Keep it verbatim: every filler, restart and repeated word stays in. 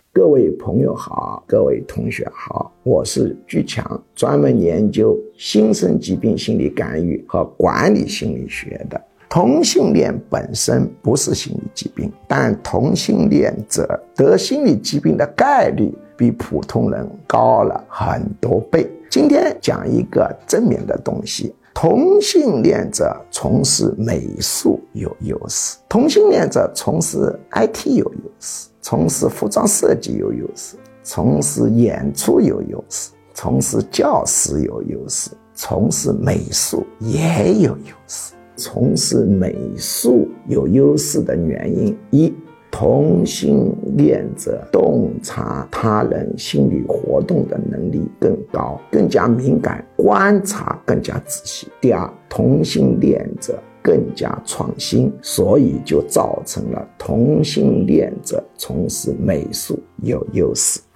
各位朋友好，各位同学好，我是巨强，专门研究新生疾病心理干预和管理心理学的。同性恋本身不是心理疾病，但同性恋者得心理疾病的概率比普通人高了很多倍。今天讲一个正面的东西，同性恋者从事美术有优势，同性恋者从事 I T 有优势，从事服装设计有优势，从事演出有优势，从事教师有优势，从事美术也有优势。从事美术有优势的原因：一、同性恋者洞察他人心理活动的能力更高，更加敏感，观察更加仔细。第二，同性恋者更加创新，所以就造成了同性恋者从事美术有优势。